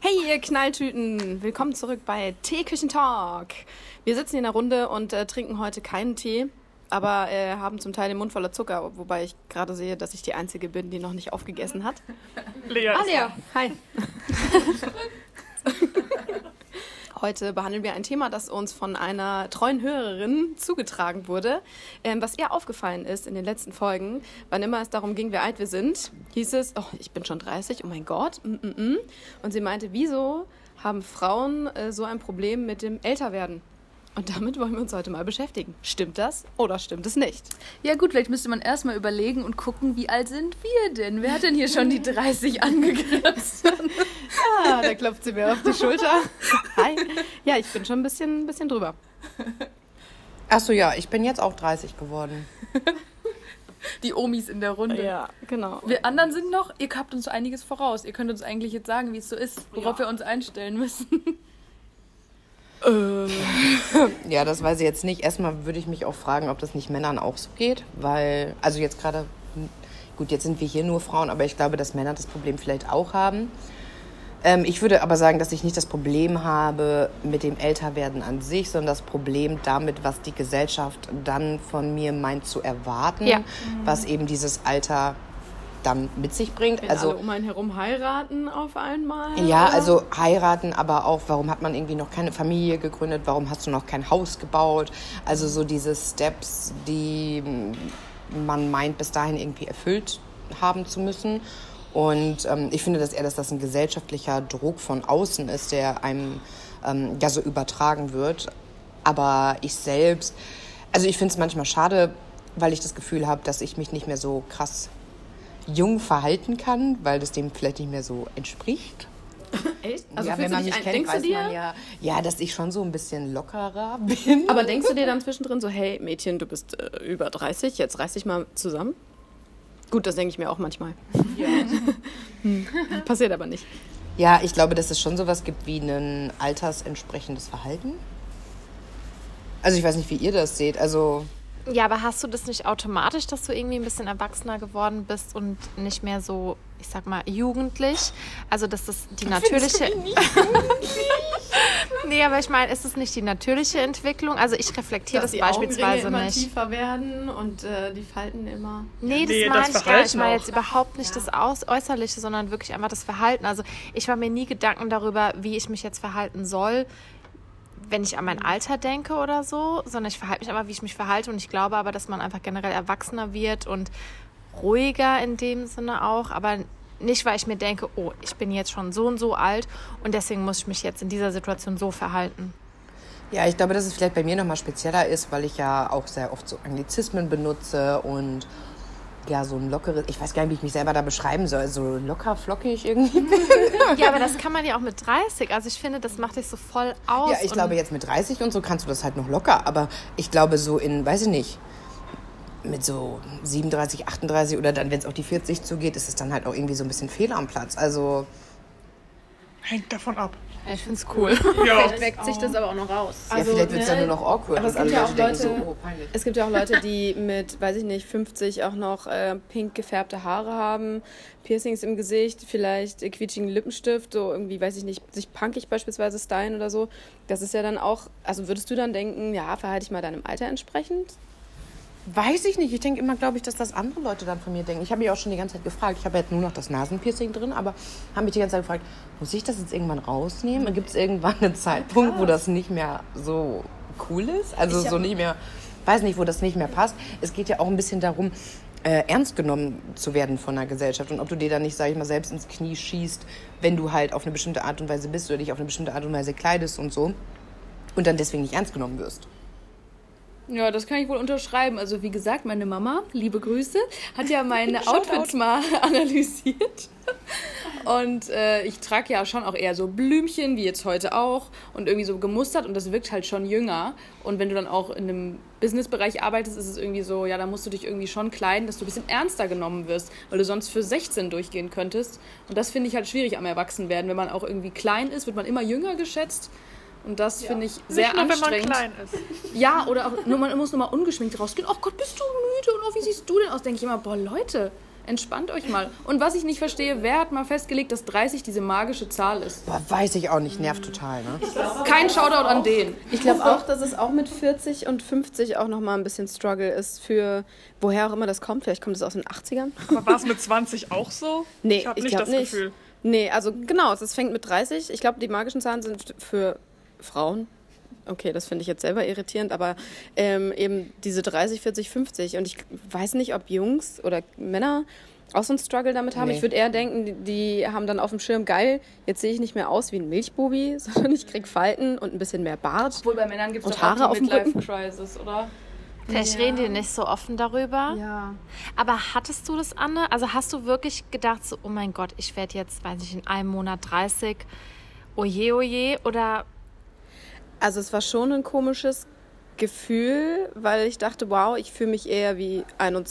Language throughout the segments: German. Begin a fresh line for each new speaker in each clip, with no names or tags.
Hey ihr Knalltüten, willkommen zurück bei Teeküchentalk. Wir sitzen hier in der Runde und trinken heute keinen Tee, aber haben zum Teil den Mund voller Zucker, wobei ich gerade sehe, dass ich die Einzige bin, die noch nicht aufgegessen hat.
Lea.
Lea, hi. Heute behandeln wir ein Thema, das uns von einer treuen Hörerin zugetragen wurde. Was ihr aufgefallen ist in den letzten Folgen, wann immer es darum ging, wie alt wir sind, hieß es, oh, ich bin schon 30, oh mein Gott. Und sie meinte, wieso haben Frauen so ein Problem mit dem Älterwerden? Und damit wollen wir uns heute mal beschäftigen. Stimmt das oder stimmt es nicht?
Ja gut, vielleicht müsste man erstmal überlegen und gucken, wie alt sind wir denn? Wer hat denn hier schon die 30 angegriffen?
Ah, da klopft sie mir auf die Schulter. Hi. Ja, ich bin schon ein bisschen drüber.
Achso, ja, ich bin jetzt auch 30 geworden.
Die Omis in der Runde.
Ja, genau.
Wir anderen sind noch, ihr habt uns einiges voraus. Ihr könnt uns eigentlich jetzt sagen, wie es so ist, worauf wir uns einstellen müssen.
Ja, das weiß ich jetzt nicht. Erstmal würde ich mich auch fragen, ob das nicht Männern auch so geht, weil, also jetzt gerade, gut, jetzt sind wir hier nur Frauen, aber ich glaube, dass Männer das Problem vielleicht auch haben. Ich würde aber sagen, dass ich nicht das Problem habe mit dem Älterwerden an sich, sondern das Problem damit, was die Gesellschaft dann von mir meint zu erwarten, was eben dieses Alter dann mit sich bringt.
Wenn
also
alle um einen herum heiraten auf einmal?
Ja,
oder?
also heiraten, aber auch, warum hat man irgendwie noch keine Familie gegründet, warum hast du noch kein Haus gebaut? Also so diese Steps, die man meint, bis dahin irgendwie erfüllt haben zu müssen. Und ich finde dass das ein gesellschaftlicher Druck von außen ist, der einem ja so übertragen wird. Aber ich selbst, also ich finde es manchmal schade, weil ich das Gefühl habe, dass ich mich nicht mehr so krass jung verhalten kann, weil das dem vielleicht nicht mehr so entspricht.
Echt? Also
ja, wenn man mich kennt, weiß man ja, dass ich schon so ein bisschen lockerer bin.
Aber denkst du dir dann zwischendrin so, hey Mädchen, du bist über 30, jetzt reiß dich mal zusammen? Gut, das denke ich mir auch manchmal.
Ja.
Passiert aber nicht.
Ja, ich glaube, dass es schon sowas gibt wie ein altersentsprechendes Verhalten. Also ich weiß nicht, wie ihr das seht. Also
ja, aber hast du das nicht automatisch, dass du irgendwie ein bisschen erwachsener geworden bist und nicht mehr so, ich sag mal, jugendlich? Also, dass das die natürliche... Nee, aber ich meine, ist es nicht die natürliche Entwicklung? Also, ich reflektiere das beispielsweise
immer
nicht.
Tiefer werden und die Falten immer...
Nee, das meine ich gar nicht. Ich meine jetzt überhaupt nicht das Äußerliche, sondern wirklich einfach das Verhalten. Also, ich mache mir nie Gedanken darüber, wie ich mich jetzt verhalten soll, wenn ich an mein Alter denke oder so, sondern ich verhalte mich einfach, wie ich mich verhalte. Und ich glaube aber, dass man einfach generell erwachsener wird und ruhiger in dem Sinne auch. Aber nicht, weil ich mir denke, oh, ich bin jetzt schon so und so alt und deswegen muss ich mich jetzt in dieser Situation so verhalten.
ja, ich glaube, dass es vielleicht bei mir nochmal spezieller ist, weil ich ja auch sehr oft so Anglizismen benutze und ja, so ein lockeres, ich weiß gar nicht, wie ich mich selber da beschreiben soll, so locker, flockig irgendwie.
Ja, aber das kann man ja auch mit 30. Also ich finde, das macht dich so voll aus.
Ja, ich glaube, jetzt mit 30 und so kannst du das halt noch locker, aber ich glaube so in, weiß ich nicht, mit so 37, 38 oder dann, wenn es auf die 40 zugeht, ist es dann halt auch irgendwie so ein bisschen fehl am Platz. Also
hängt davon ab.
Ich finde es cool.
Ja.
Vielleicht wägt sich das aber auch noch raus.
ja, vielleicht wird es dann nur noch awkward.
Aber es
und
gibt
alle
ja auch
denken
Leute,
so, oh, peinlich.
es gibt ja auch Leute, die mit, weiß ich nicht, 50 auch noch pink gefärbte Haare haben, Piercings im Gesicht, vielleicht quietschigen Lippenstift, so irgendwie, weiß ich nicht, sich punkig beispielsweise stylen oder so. Das ist ja dann auch, also würdest du dann denken, ja, verhalte ich mal deinem Alter entsprechend?
Weiß ich nicht. Ich denke immer, glaube ich, dass das andere Leute dann von mir denken. Ich habe mich auch schon die ganze Zeit gefragt. Ich habe jetzt nur noch das Nasenpiercing drin, aber habe mich die ganze Zeit gefragt, muss ich das jetzt irgendwann rausnehmen? Gibt es irgendwann einen Zeitpunkt, wo das nicht mehr so cool ist? Also so nicht mehr, weiß nicht, wo das nicht mehr passt. Es geht ja auch ein bisschen darum, ernst genommen zu werden von der Gesellschaft und ob du dir dann nicht, sag ich mal, selbst ins Knie schießt, wenn du halt auf eine bestimmte Art und Weise bist oder dich auf eine bestimmte Art und Weise kleidest und so und dann deswegen nicht ernst genommen wirst.
Ja, das kann ich wohl unterschreiben. Also wie gesagt, meine Mama, liebe Grüße, hat ja meine Outfits mal analysiert. Und ich trage ja schon auch eher so Blümchen, wie jetzt heute auch, und irgendwie so gemustert und das wirkt halt schon jünger. Und wenn du dann auch in einem Businessbereich arbeitest, ist es irgendwie so, ja, da musst du dich irgendwie schon kleiden, dass du ein bisschen ernster genommen wirst, weil du sonst für 16 durchgehen könntest. Und das finde ich halt schwierig am Erwachsenwerden. Wenn man auch irgendwie klein ist, wird man immer jünger geschätzt. Und das finde ich sehr
Nicht nur,
anstrengend.
wenn man klein ist.
Ja, oder auch man muss nur mal ungeschminkt rausgehen. Oh Gott, bist du müde? Und oh, wie siehst du denn aus? Denke ich immer, boah, Leute, Entspannt euch mal. Und was ich nicht verstehe, wer hat mal festgelegt, dass 30 diese magische Zahl ist?
Boah, weiß ich auch nicht, nervt total, ne?
Kein Shoutout an den.
Ich glaube auch, dass es auch mit 40 und 50 auch nochmal ein bisschen Struggle ist für, woher auch immer das kommt. Vielleicht kommt es aus den 80ern.
Aber war es mit 20 auch so?
Nee,
ich habe
ich
nicht
glaub
das
nicht.
Gefühl.
Nee, also genau, es fängt mit 30. Ich glaube, die magischen Zahlen sind für Frauen. Okay, das finde ich jetzt selber irritierend, aber eben diese 30, 40, 50. Und ich weiß nicht, ob Jungs oder Männer auch so einen Struggle damit haben.
Nee.
Ich würde eher denken, die haben dann auf dem Schirm, geil, jetzt sehe ich nicht mehr aus wie ein Milchbubi, sondern ich krieg Falten und ein bisschen mehr Bart.
Obwohl bei Männern gibt es
Und
doch auch
Haare auf
die
dem Rücken.
Midlife-Crisis, oder?
Vielleicht reden die nicht so offen darüber.
Ja.
Aber hattest du das, Anne? Also hast du wirklich gedacht, so, oh mein Gott, ich werde jetzt, weiß ich, in einem Monat 30, oje, oder...
Also es war schon ein komisches Gefühl, weil ich dachte, wow, ich fühle mich eher wie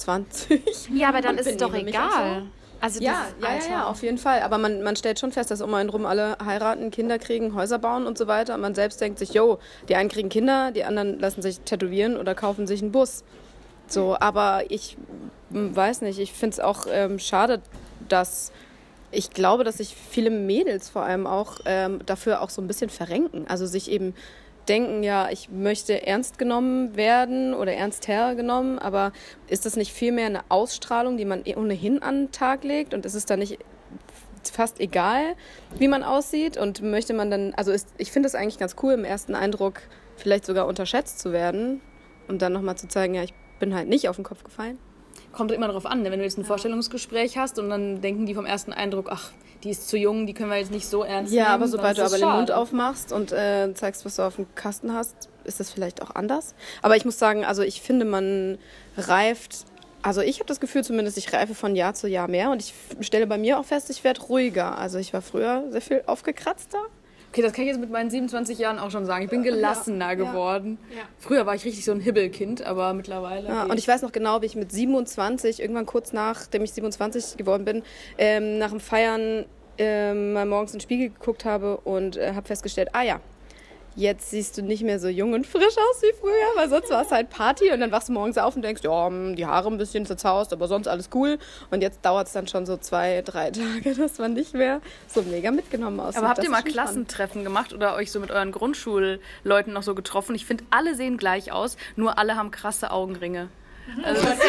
21.
Ja, aber dann
Und
ist es doch
benehme mich auch
egal.
so.
Also
Ja,
dieses Alter.
auf jeden Fall. Aber man stellt schon fest, dass um einen rum alle heiraten, Kinder kriegen, Häuser bauen und so weiter. Und man selbst denkt sich, jo, die einen kriegen Kinder, die anderen lassen sich tätowieren oder kaufen sich einen Bus. So, aber ich weiß nicht, ich finde es auch schade, dass ich glaube, dass sich viele Mädels vor allem auch dafür auch so ein bisschen verrenken. Also sich eben denken, ja, ich möchte ernst genommen werden oder ernster genommen, aber ist das nicht vielmehr eine Ausstrahlung, die man ohnehin an den Tag legt und ist es dann nicht fast egal, wie man aussieht und möchte man dann, also ich finde es eigentlich ganz cool, im ersten Eindruck vielleicht sogar unterschätzt zu werden und dann nochmal zu zeigen, ja, ich bin halt nicht auf den Kopf gefallen.
Kommt immer darauf an, ne? Wenn du jetzt ein Vorstellungsgespräch hast und dann denken die vom ersten Eindruck, ach, die ist zu jung, die können wir jetzt nicht so ernst nehmen.
Ja, aber sobald du
dann ist
aber
es
den Mund
schade.
aufmachst und zeigst, was du auf dem Kasten hast, ist das vielleicht auch anders. Aber ich muss sagen, also ich finde, man reift, also ich habe das Gefühl zumindest, ich reife von Jahr zu Jahr mehr und ich stelle bei mir auch fest, ich werde ruhiger. Also ich war früher sehr viel aufgekratzter.
Okay, das kann ich jetzt mit meinen 27 Jahren auch schon sagen. Ich bin gelassener geworden. Ja. Früher war ich richtig so ein Hibbelkind, aber mittlerweile...
Ja, und ich weiß noch genau, wie ich mit 27, irgendwann kurz nachdem ich 27 geworden bin, nach dem Feiern mal morgens in den Spiegel geguckt habe und habe festgestellt, ah ja, jetzt siehst du nicht mehr so jung und frisch aus wie früher, weil sonst war es halt Party und dann wachst du morgens auf und denkst, ja, die Haare ein bisschen zerzaust, aber sonst alles cool. Und jetzt dauert es dann schon so 2-3 Tage, dass man nicht mehr so mega mitgenommen aussieht.
Aber habt
Das
ihr
ist
mal
schon spannend.
Klassentreffen gemacht oder euch so mit euren Grundschulleuten noch so getroffen? Ich finde, alle sehen gleich aus, nur alle haben krasse Augenringe. Also,
Das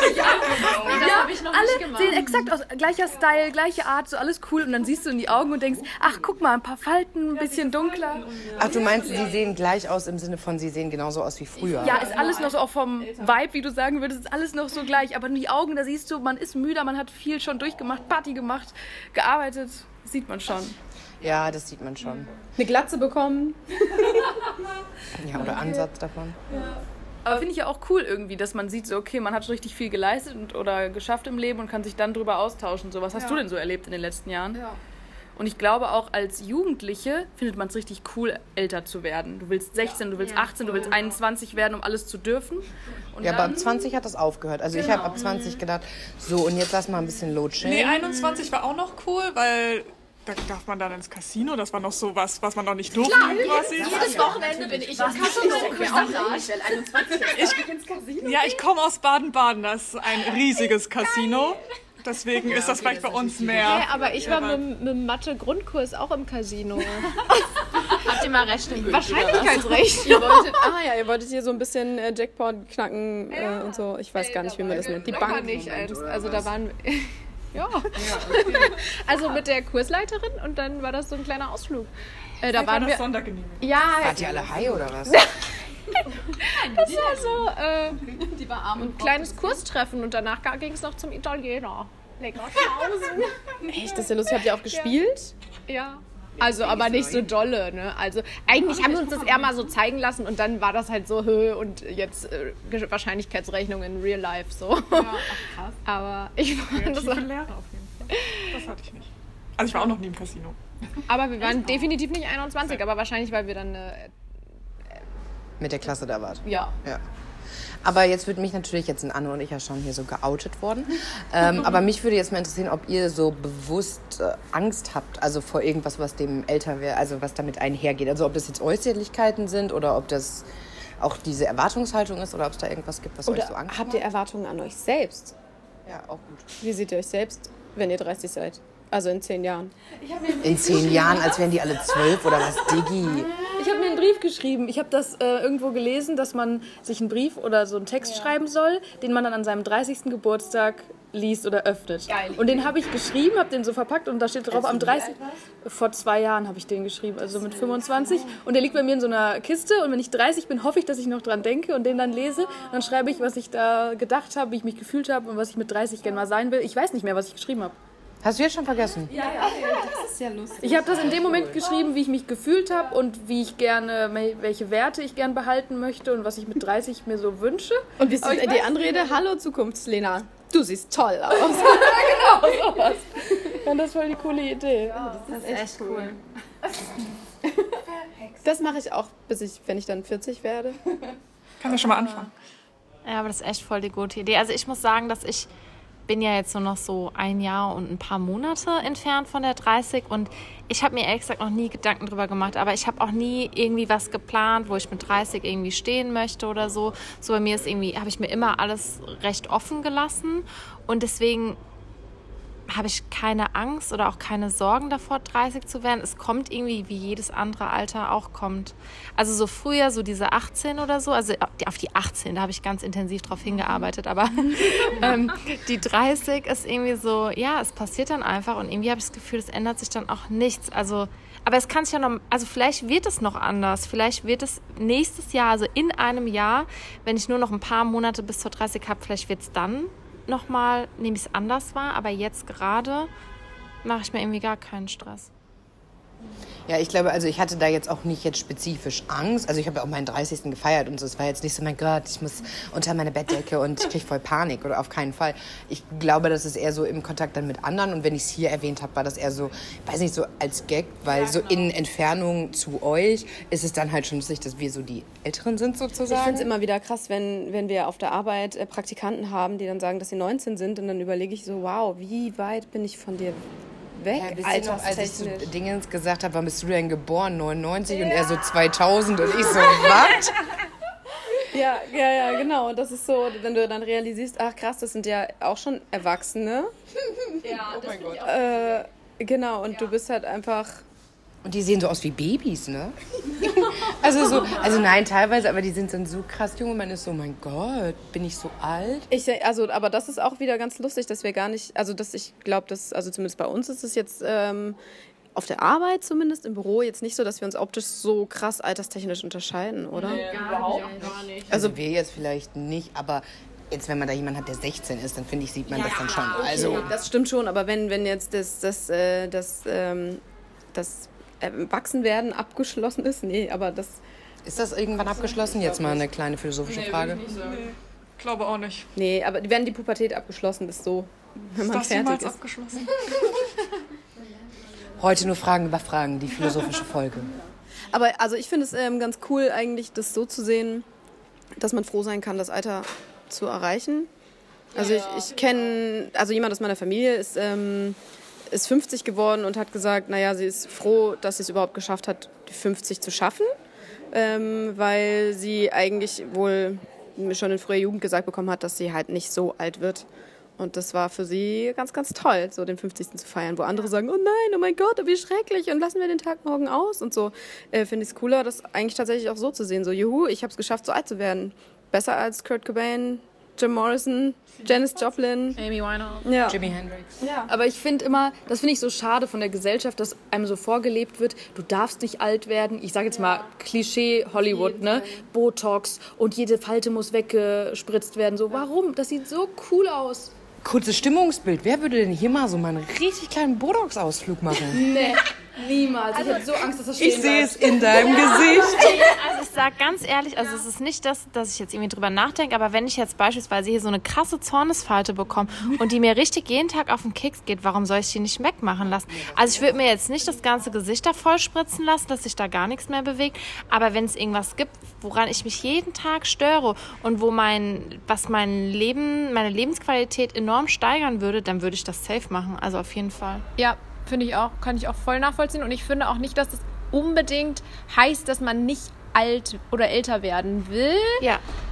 habe ich noch
alle sehen exakt aus, gleicher Style, gleiche Art, so alles cool. Und dann siehst du in die Augen und denkst, ach, guck mal, ein paar Falten, ein bisschen dunkler.
Ach, du meinst, sie sehen gleich aus im Sinne von, sie sehen genauso aus wie früher?
Ja, ist alles noch so auch vom Vibe, wie du sagen würdest, ist alles noch so gleich. Aber die Augen, da siehst du, man ist müde, man hat viel schon durchgemacht, Party gemacht, gearbeitet, sieht man schon.
Ja, das sieht man schon.
Eine Glatze bekommen.
Ja, oder Ansatz davon.
Aber finde ich ja auch cool irgendwie, dass man sieht, so okay, man hat schon richtig viel geleistet oder geschafft im Leben und kann sich dann drüber austauschen. So, was hast du denn so erlebt in den letzten Jahren?
Ja.
Und ich glaube auch als Jugendliche findet man es richtig cool, älter zu werden. Du willst 16, du willst 18, du willst 21 werden, um alles zu dürfen. Und
Ja, aber
dann,
ab 20 hat das aufgehört. Also ich habe ab 20 gedacht, so und jetzt lass mal ein bisschen Load chillen.
Nee, 21 war auch noch cool, weil da darf man dann ins Casino. Das war noch so was man noch nicht durfte quasi.
Jedes Wochenende bin ich im Casino.
Ja, ich komme aus Baden-Baden. Das ist ein riesiges Casino. Deswegen ist das vielleicht bei uns mehr.
Ja, aber ich war mit dem Mathe-Grundkurs auch im Casino.
Habt ihr mal Rechnung?
Wahrscheinlichkeitsrechnung.
Ihr wolltet hier so ein bisschen Jackpot knacken und so. Ich weiß gar nicht, wie man das nennt. Die Bank.
Nicht ernst. Also da waren ja. Also mit der Kursleiterin und dann war das so ein kleiner Ausflug. Da waren wir.
Sondergenehmigung.
Ja,
Wart ihr alle high oder was?
das war so ein kleines Kurstreffen und danach ging es noch zum Italiener. Lecker Schnauzen.
Echt, das ist ja lustig. Habt ihr auch gespielt?
Ja. Also, aber nicht so dolle, ne? Also, eigentlich haben wir uns das eher mal so zeigen lassen und dann war das halt so, und jetzt Wahrscheinlichkeitsrechnung in real life, so. Ja, krass. Aber ich fand das...
Tiefe Lehre auf jeden Fall. Das hatte ich nicht. Also ich war auch noch nie im Casino.
Aber wir waren definitiv nicht 21, aber wahrscheinlich, weil wir dann...
Mit der Klasse da wart.
ja.
Aber jetzt würde mich natürlich, jetzt sind Anne und ich ja schon hier so geoutet worden, aber mich würde jetzt mal interessieren, ob ihr so bewusst Angst habt, also vor irgendwas, was dem Älterwerden, also was damit einhergeht. Also ob das jetzt Äußerlichkeiten sind oder ob das auch diese Erwartungshaltung ist oder ob es da irgendwas gibt, was euch so Angst
habt
macht.
ihr Erwartungen an euch selbst?
Ja, auch gut.
Wie seht ihr euch selbst, wenn ihr 30 seid? Also in 10 Jahren.
In 10 Jahren, als wären die alle 12 oder was, Diggi?
Ich habe mir einen Brief geschrieben. Ich habe das irgendwo gelesen, dass man sich einen Brief oder so einen Text schreiben soll, den man dann an seinem 30. Geburtstag liest oder öffnet. Geil. Und den habe ich geschrieben, habe den so verpackt und da steht drauf, am 30. Vor 2 Jahren habe ich den geschrieben, also mit 25. Und der liegt bei mir in so einer Kiste und wenn ich 30 bin, hoffe ich, dass ich noch dran denke und den dann lese. Und dann schreibe ich, was ich da gedacht habe, wie ich mich gefühlt habe und was ich mit 30 gerne mal sein will. Ich weiß nicht mehr, was ich geschrieben habe.
Hast du jetzt schon vergessen?
Ja, das ist ja lustig.
Ich habe das in dem Moment geschrieben, wie ich mich gefühlt habe und wie ich gerne, welche Werte ich gerne behalten möchte und was ich mit 30 mir so wünsche.
Und wie ist die Anrede? Hallo Zukunftslena, du siehst toll aus.
Genau, sowas. Ja, das ist voll die coole Idee.
Ja, das ist echt cool.
Das mache ich auch, wenn ich dann 40 werde.
Kann ja schon mal anfangen.
Ja, aber das ist echt voll die gute Idee. Also ich muss sagen, dass ich bin ja jetzt nur noch so 1 Jahr und ein paar Monate entfernt von der 30 und ich habe mir ehrlich gesagt noch nie Gedanken drüber gemacht, aber ich habe auch nie irgendwie was geplant, wo ich mit 30 irgendwie stehen möchte oder so. So bei mir ist irgendwie, habe ich mir immer alles recht offen gelassen und deswegen habe ich keine Angst oder auch keine Sorgen davor, 30 zu werden. Es kommt irgendwie, wie jedes andere Alter auch kommt. Also so früher, so diese 18 oder so, also auf die 18, da habe ich ganz intensiv drauf hingearbeitet, aber die 30 ist irgendwie so, ja, es passiert dann einfach und irgendwie habe ich das Gefühl, es ändert sich dann auch nichts. Also, aber es kann sich ja noch, also vielleicht wird es noch anders, vielleicht wird es nächstes Jahr, also in einem Jahr, wenn ich nur noch ein paar Monate bis zur 30 habe, vielleicht wird es dann nochmal, nehme ich es anders wahr, aber jetzt gerade mache ich mir irgendwie gar keinen Stress.
Ja, ich glaube, also ich hatte da jetzt auch nicht jetzt spezifisch Angst. Also ich habe ja auch meinen 30. gefeiert und so. Es war jetzt nicht so, mein Gott, ich muss unter meine Bettdecke und ich kriege voll Panik oder auf keinen Fall. Ich glaube, das ist eher so im Kontakt dann mit anderen und wenn ich es hier erwähnt habe, war das eher so, weiß nicht, so als Gag, weil so in Entfernung zu euch ist es dann halt schon lustig, dass wir so die Älteren sind sozusagen.
Ich finde es immer wieder krass, wenn wir auf der Arbeit Praktikanten haben, die dann sagen, dass sie 19 sind und dann überlege ich so, wow, wie weit bin ich von dir weg,
ja, noch, als ich zu
alterstechnisch.
Dingens gesagt habe, wann bist du denn geboren? 99 und er so 2000 und ich so, was?
Ja, genau. Und das ist so, wenn du dann realisierst, ach krass, das sind ja auch schon Erwachsene.
Ja, oh mein Gott.
Genau, und du bist halt einfach...
Und die sehen so aus wie Babys, ne? also nein, teilweise, aber die sind dann so krass jung und man ist so, mein Gott, bin ich so alt?
Aber das ist auch wieder ganz lustig, dass wir gar nicht, also dass ich glaube, dass, also zumindest bei uns ist es jetzt auf der Arbeit zumindest, im Büro jetzt nicht so, dass wir uns optisch so krass alterstechnisch unterscheiden, oder?
Nee, überhaupt gar nicht.
Also wir jetzt vielleicht nicht, aber... Jetzt, wenn man da jemanden hat, der 16 ist, dann finde ich, sieht man das dann schon.
Okay. Also das stimmt schon, aber wenn jetzt das Erwachsenwerden abgeschlossen ist, nee, aber das...
Ist das irgendwann abgeschlossen? Jetzt mal eine kleine philosophische Frage.
Nee, glaube auch nicht.
Nee, aber wenn die Pubertät abgeschlossen ist, so, wenn man
Ist das
fertig
jemals
ist.
abgeschlossen?
Heute nur Fragen über Fragen, die philosophische Folge.
Aber also ich finde es ganz cool eigentlich, das so zu sehen, dass man froh sein kann, das Alter zu erreichen. Also ich kenne, also jemand aus meiner Familie ist 50 geworden und hat gesagt, naja, sie ist froh, dass sie es überhaupt geschafft hat, die 50 zu schaffen, weil sie eigentlich wohl schon in früher Jugend gesagt bekommen hat, dass sie halt nicht so alt wird. Und das war für sie ganz, ganz toll, so den 50. zu feiern, wo andere sagen, oh nein, oh mein Gott, wie schrecklich und lassen wir den Tag morgen aus und so. Finde ich es cooler, das eigentlich tatsächlich auch so zu sehen, so juhu, ich habe es geschafft, so alt zu werden. Besser als Kurt Cobain, Jim Morrison, Janis Joplin,
Amy Winehouse,
ja.
Jimi Hendrix.
Ja.
Aber ich finde immer, das finde ich so schade von der Gesellschaft, dass einem so vorgelebt wird, du darfst nicht alt werden. Ich sage jetzt mal Klischee Hollywood, ne? Botox und jede Falte muss weggespritzt werden. So, warum? Das sieht so cool aus.
Kurzes Stimmungsbild. Wer würde denn hier mal so mal einen richtig kleinen Botox-Ausflug machen?
Nee, niemals. Ich hätte so Angst, dass das stehen
Ich sehe
bleibt.
es in deinem Gesicht.
Also ich sage ganz ehrlich, also es ist nicht das, dass ich jetzt irgendwie drüber nachdenke, aber wenn ich jetzt beispielsweise hier so eine krasse Zornesfalte bekomme und die mir richtig jeden Tag auf den Keks geht, warum soll ich die nicht wegmachen lassen? Also ich würde mir jetzt nicht das ganze Gesicht da voll spritzen lassen, dass sich da gar nichts mehr bewegt, aber wenn es irgendwas gibt, woran ich mich jeden Tag störe und wo meine Lebensqualität enorm steigern würde, dann würde ich das safe machen, also auf jeden Fall.
Ja, finde ich auch, kann ich auch voll nachvollziehen. Und ich finde auch nicht, dass das unbedingt heißt, dass man nicht alt oder älter werden will.
Ja.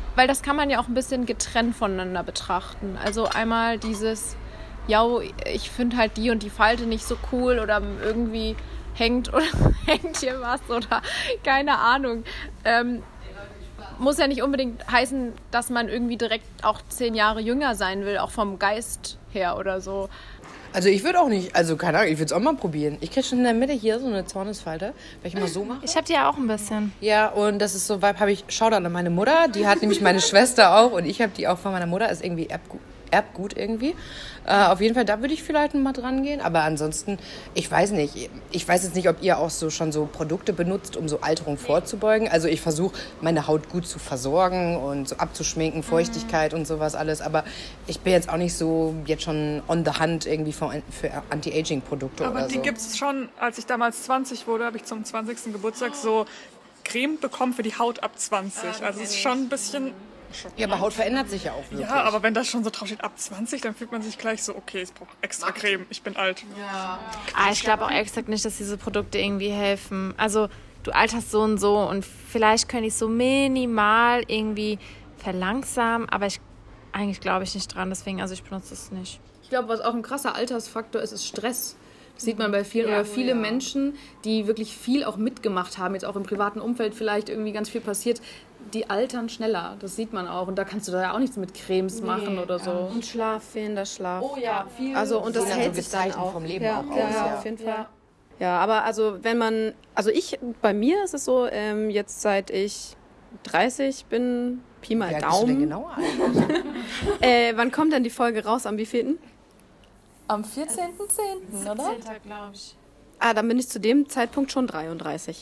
weil das kann man ja auch ein bisschen getrennt voneinander betrachten. Also einmal dieses, ja, ich finde halt die und die Falte nicht so cool oder irgendwie hängt hier was oder keine Ahnung. Muss ja nicht unbedingt heißen, dass man irgendwie direkt auch 10 Jahre jünger sein will, auch vom Geist her oder so.
Also ich würde auch nicht, also keine Ahnung, ich würde es auch mal probieren. Ich kriege schon in der Mitte hier so eine Zornesfalte, wenn ich mal so mache.
Ich habe die ja auch ein bisschen.
Ja, und das ist so, habe ich, Shoutout an meine Mutter, die hat nämlich meine Schwester auch und ich habe die auch von meiner Mutter, ist irgendwie Erbgut irgendwie. Auf jeden Fall, da würde ich vielleicht mal dran gehen. Aber ansonsten, ich weiß nicht. Ich weiß jetzt nicht, ob ihr auch so schon so Produkte benutzt, um so Alterung vorzubeugen. Also ich versuche, meine Haut gut zu versorgen und so abzuschminken, Feuchtigkeit und sowas alles. Aber ich bin jetzt auch nicht so jetzt schon on the hunt irgendwie für Anti-Aging-Produkte oder so.
Aber die gibt es schon, als ich damals 20 wurde, habe ich zum 20. Geburtstag so Creme bekommen für die Haut ab 20. Also es ist schon ein bisschen...
Ja, aber Haut verändert sich ja auch wirklich.
Ja, aber wenn das schon so drauf steht, ab 20, dann fühlt man sich gleich so, okay, ich brauche extra Creme, ich bin alt.
Ja. Ich glaube auch exakt nicht, dass diese Produkte irgendwie helfen. Also du alterst so und so und vielleicht können die es so minimal irgendwie verlangsamen, aber eigentlich glaube ich nicht dran, deswegen, also ich benutze es nicht.
Ich glaube, was auch ein krasser Altersfaktor ist Stress. Das sieht man bei vielen oder viele Menschen, die wirklich viel auch mitgemacht haben, jetzt auch im privaten Umfeld vielleicht irgendwie ganz viel passiert, die altern schneller. Das sieht man auch. Und da kannst du da ja auch nichts mit Cremes machen oder so.
Und Schlaf, fehlender Schlaf.
Oh ja, viel.
Also, und das hält sich dann auch.
Vom Leben auch aus.
Ja, auf jeden Fall. Ja, aber also bei mir ist es so, jetzt seit ich 30 bin, Pi mal Daumen.
Genau
Wann kommt denn die Folge raus? Am wievielten?
Am 14.10., oder?
10. glaube ich.
Dann bin ich zu dem Zeitpunkt schon 33.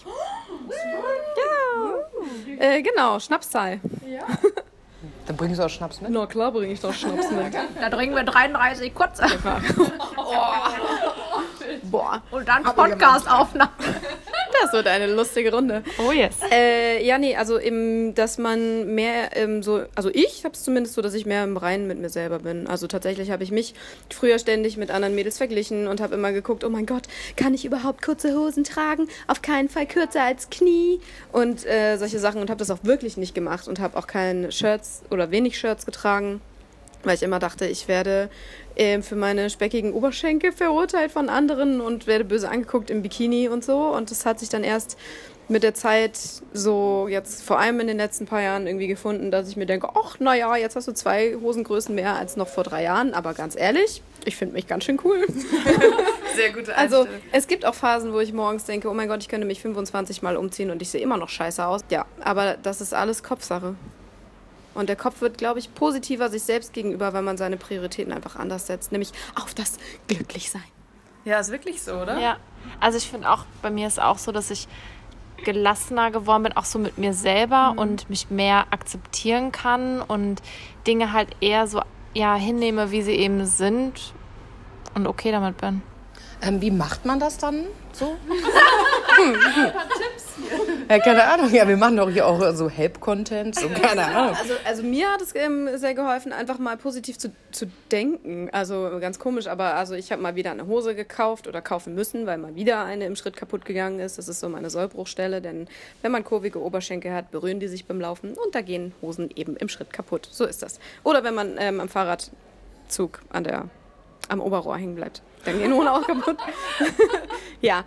Ja. Genau, Schnapszahl. Ja.
Dann bringst du auch Schnaps mit?
Na klar bringe ich doch Schnaps mit.
Da trinken wir 33 kurz.
Boah.
Und dann Podcast-Aufnahme.
Das wird eine lustige Runde.
Oh yes.
Also dass man mehr also ich habe es zumindest so, dass ich mehr im Reinen mit mir selber bin. Also tatsächlich habe ich mich früher ständig mit anderen Mädels verglichen und habe immer geguckt, oh mein Gott, kann ich überhaupt kurze Hosen tragen? Auf keinen Fall kürzer als Knie und solche Sachen und habe das auch wirklich nicht gemacht und habe auch keine Shirts oder wenig Shirts getragen, weil ich immer dachte, ich werde für meine speckigen Oberschenkel verurteilt von anderen und werde böse angeguckt im Bikini und so. Und das hat sich dann erst mit der Zeit so jetzt vor allem in den letzten paar Jahren irgendwie gefunden, dass ich mir denke, ach, naja, jetzt hast du 2 Hosengrößen mehr als noch vor 3 Jahren. Aber ganz ehrlich, ich finde mich ganz schön cool.
Sehr gute Einstellung.
Also es gibt auch Phasen, wo ich morgens denke, oh mein Gott, ich könnte mich 25 Mal umziehen und ich sehe immer noch scheiße aus. Ja, aber das ist alles Kopfsache. Und der Kopf wird, glaube ich, positiver sich selbst gegenüber, weil man seine Prioritäten einfach anders setzt. Nämlich auf das Glücklichsein.
Ja, ist wirklich so, oder?
Ja, also ich finde auch, bei mir ist auch so, dass ich gelassener geworden bin, auch so mit mir selber und mich mehr akzeptieren kann und Dinge halt eher so hinnehme, wie sie eben sind und okay damit bin.
Wie macht man das dann so? Ein paar Tipps hier. Ja, keine Ahnung. Ja, wir machen doch hier auch so Help-Content. So, keine Ahnung.
Also mir hat es sehr geholfen, einfach mal positiv zu denken. Also ganz komisch, aber also ich habe mal wieder eine Hose gekauft oder kaufen müssen, weil mal wieder eine im Schritt kaputt gegangen ist. Das ist so meine Sollbruchstelle, denn wenn man kurvige Oberschenkel hat, berühren die sich beim Laufen und da gehen Hosen eben im Schritt kaputt. So ist das. Oder wenn man am Fahrradzug am Oberrohr hängen bleibt. Dann gehen Hosen auch kaputt. Ja,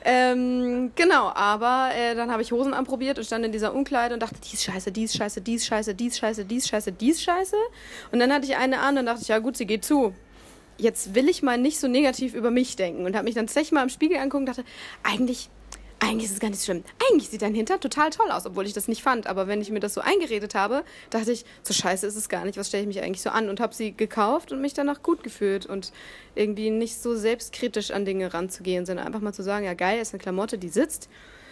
genau. Aber dann habe ich Hosen anprobiert und stand in dieser Umkleide und dachte, die ist scheiße, die ist scheiße, die ist scheiße, die ist scheiße, die ist scheiße, die ist scheiße. Und dann hatte ich eine an und dachte ich, ja gut, sie geht zu. Jetzt will ich mal nicht so negativ über mich denken und habe mich dann tatsächlich mal im Spiegel angeguckt und dachte, eigentlich ist es gar nicht so schlimm. Eigentlich sieht dein Hintern total toll aus, obwohl ich das nicht fand. Aber wenn ich mir das so eingeredet habe, dachte ich, so scheiße ist es gar nicht. Was stelle ich mich eigentlich so an? Und habe sie gekauft und mich danach gut gefühlt. Und irgendwie nicht so selbstkritisch an Dinge ranzugehen, sondern einfach mal zu sagen, ja geil, ist eine Klamotte, die sitzt.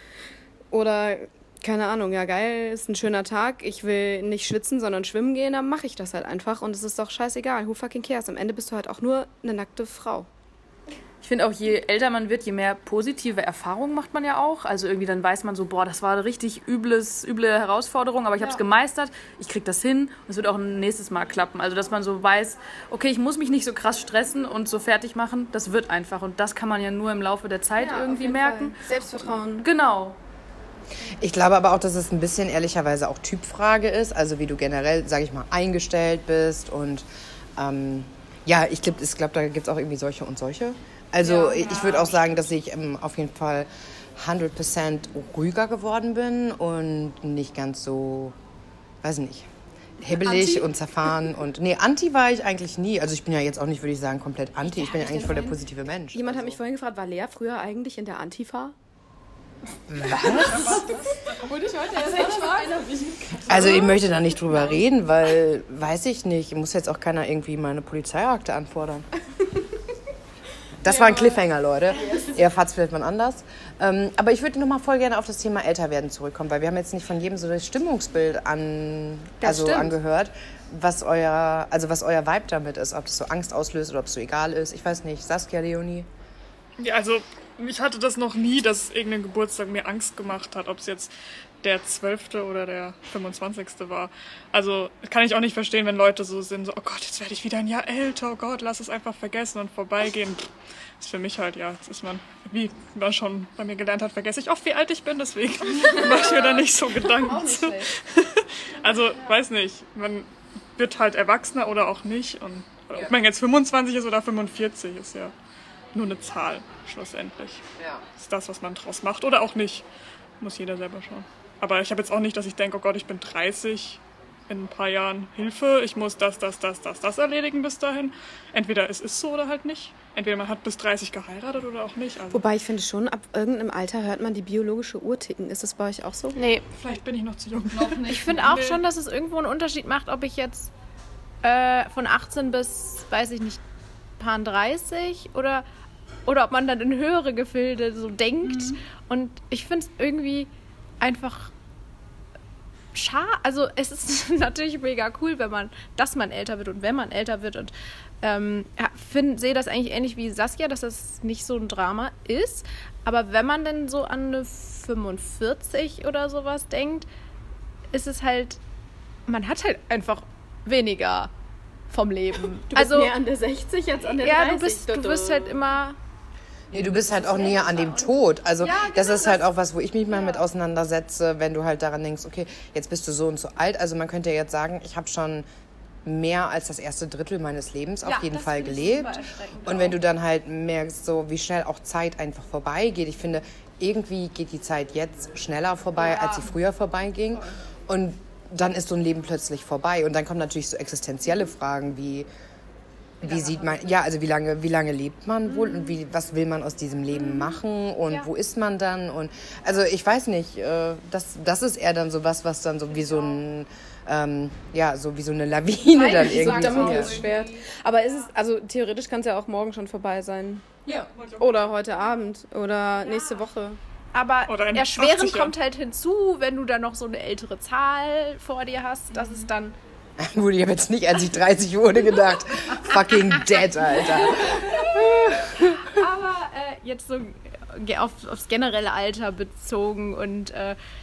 Oder, keine Ahnung, ja geil, ist ein schöner Tag. Ich will nicht schwitzen, sondern schwimmen gehen. Dann mache ich das halt einfach. Und es ist doch scheißegal. Who fucking cares? Am Ende bist du halt auch nur eine nackte Frau.
Ich finde auch, je älter man wird, je mehr positive Erfahrungen macht man ja auch. Also irgendwie dann weiß man so, boah, das war eine richtig üble Herausforderung, aber ich habe es gemeistert, ich kriege das hin und es wird auch ein nächstes Mal klappen. Also dass man so weiß, okay, ich muss mich nicht so krass stressen und so fertig machen, das wird einfach. Und das kann man ja nur im Laufe der Zeit irgendwie merken.
Selbstvertrauen.
Genau.
Ich glaube aber auch, dass es ein bisschen ehrlicherweise auch Typfrage ist, also wie du generell, sage ich mal, eingestellt bist und ich glaube, da gibt es auch irgendwie solche und solche. Also ich würde auch sagen, dass ich auf jeden Fall 100% ruhiger geworden bin und nicht ganz so, weiß nicht, hibbelig und zerfahren. Anti war ich eigentlich nie. Also ich bin ja jetzt auch nicht, würde ich sagen, komplett anti. Ich bin ja eigentlich voll der positive Mensch.
Jemand hat mich vorhin gefragt, war Lea früher eigentlich in der Antifa?
Was? Also ich möchte da nicht drüber reden, weil, weiß ich nicht, muss jetzt auch keiner irgendwie meine Polizeiakte anfordern. Das war ein Cliffhanger, Leute. Ihr erfahrt es vielleicht mal anders. Aber ich würde noch mal voll gerne auf das Thema Älterwerden zurückkommen, weil wir haben jetzt nicht von jedem so das Stimmungsbild angehört, was euer Vibe damit ist, ob das so Angst auslöst oder ob es so egal ist. Ich weiß nicht. Saskia, Leonie?
Ja, also ich hatte das noch nie, dass irgendein Geburtstag mir Angst gemacht hat, ob es jetzt der 12. oder der 25. war. Also kann ich auch nicht verstehen, wenn Leute so sind, so, oh Gott, jetzt werde ich wieder ein Jahr älter, oh Gott, lass es einfach vergessen und vorbeigehen. Das ist für mich halt, jetzt ist man, wie man schon bei mir gelernt hat, vergesse ich oft, wie alt ich bin, deswegen mache ich mir da nicht so Gedanken. Also, weiß nicht, man wird halt erwachsener oder auch nicht. Und ob man jetzt 25 ist oder 45, ist ja nur eine Zahl, schlussendlich. Ja. Das ist das, was man draus macht oder auch nicht. Muss jeder selber schauen. Aber ich habe jetzt auch nicht, dass ich denke, oh Gott, ich bin 30, in ein paar Jahren Hilfe, ich muss das erledigen bis dahin. Entweder es ist so oder halt nicht. Entweder man hat bis 30 geheiratet oder auch nicht. Also
wobei ich finde schon, ab irgendeinem Alter hört man die biologische Uhr ticken. Ist das bei euch auch so?
Nee.
Vielleicht bin ich noch zu jung.
Noch nicht. Ich finde auch schon, dass es irgendwo einen Unterschied macht, ob ich jetzt von 18 bis, weiß ich nicht, paar 30 oder ob man dann in höhere Gefilde so denkt. Und ich finde es irgendwie einfach schade. Also es ist natürlich mega cool, dass man älter wird und wenn man älter wird. Und sehe das eigentlich ähnlich wie Saskia, dass das nicht so ein Drama ist. Aber wenn man dann so an eine 45 oder sowas denkt, ist es halt, man hat halt einfach weniger vom Leben.
Du bist mehr an der 60 als an der 30.
Ja, du bist halt immer...
Nee, du bist halt auch näher an dem Tod. Also ja, genau, das ist halt auch was, wo ich mich mal mit auseinandersetze, wenn du halt daran denkst, okay, jetzt bist du so und so alt. Also man könnte ja jetzt sagen, ich habe schon mehr als das erste Drittel meines Lebens auf jeden Fall gelebt. Und wenn du dann halt merkst, so wie schnell auch Zeit einfach vorbeigeht. Ich finde, irgendwie geht die Zeit jetzt schneller vorbei, als sie früher vorbeiging. Und dann ist so ein Leben plötzlich vorbei. Und dann kommen natürlich so existenzielle Fragen wie sieht man, also wie lange lebt man wohl und was will man aus diesem Leben machen und wo ist man dann? Und also ich weiß nicht, das ist eher dann so was dann so wie so ein so wie so eine Lawine dann irgendwie.
Das ist schwer. Aber also theoretisch kann es ja auch morgen schon vorbei sein. Ja. Oder heute Abend oder nächste Woche.
Aber erschwerend kommt halt hinzu, wenn du dann noch so eine ältere Zahl vor dir hast, dass es dann...
Gut, ich habe jetzt nicht, als ich 30 wurde, gedacht, fucking dead, Alter.
Aber jetzt so aufs generelle Alter bezogen und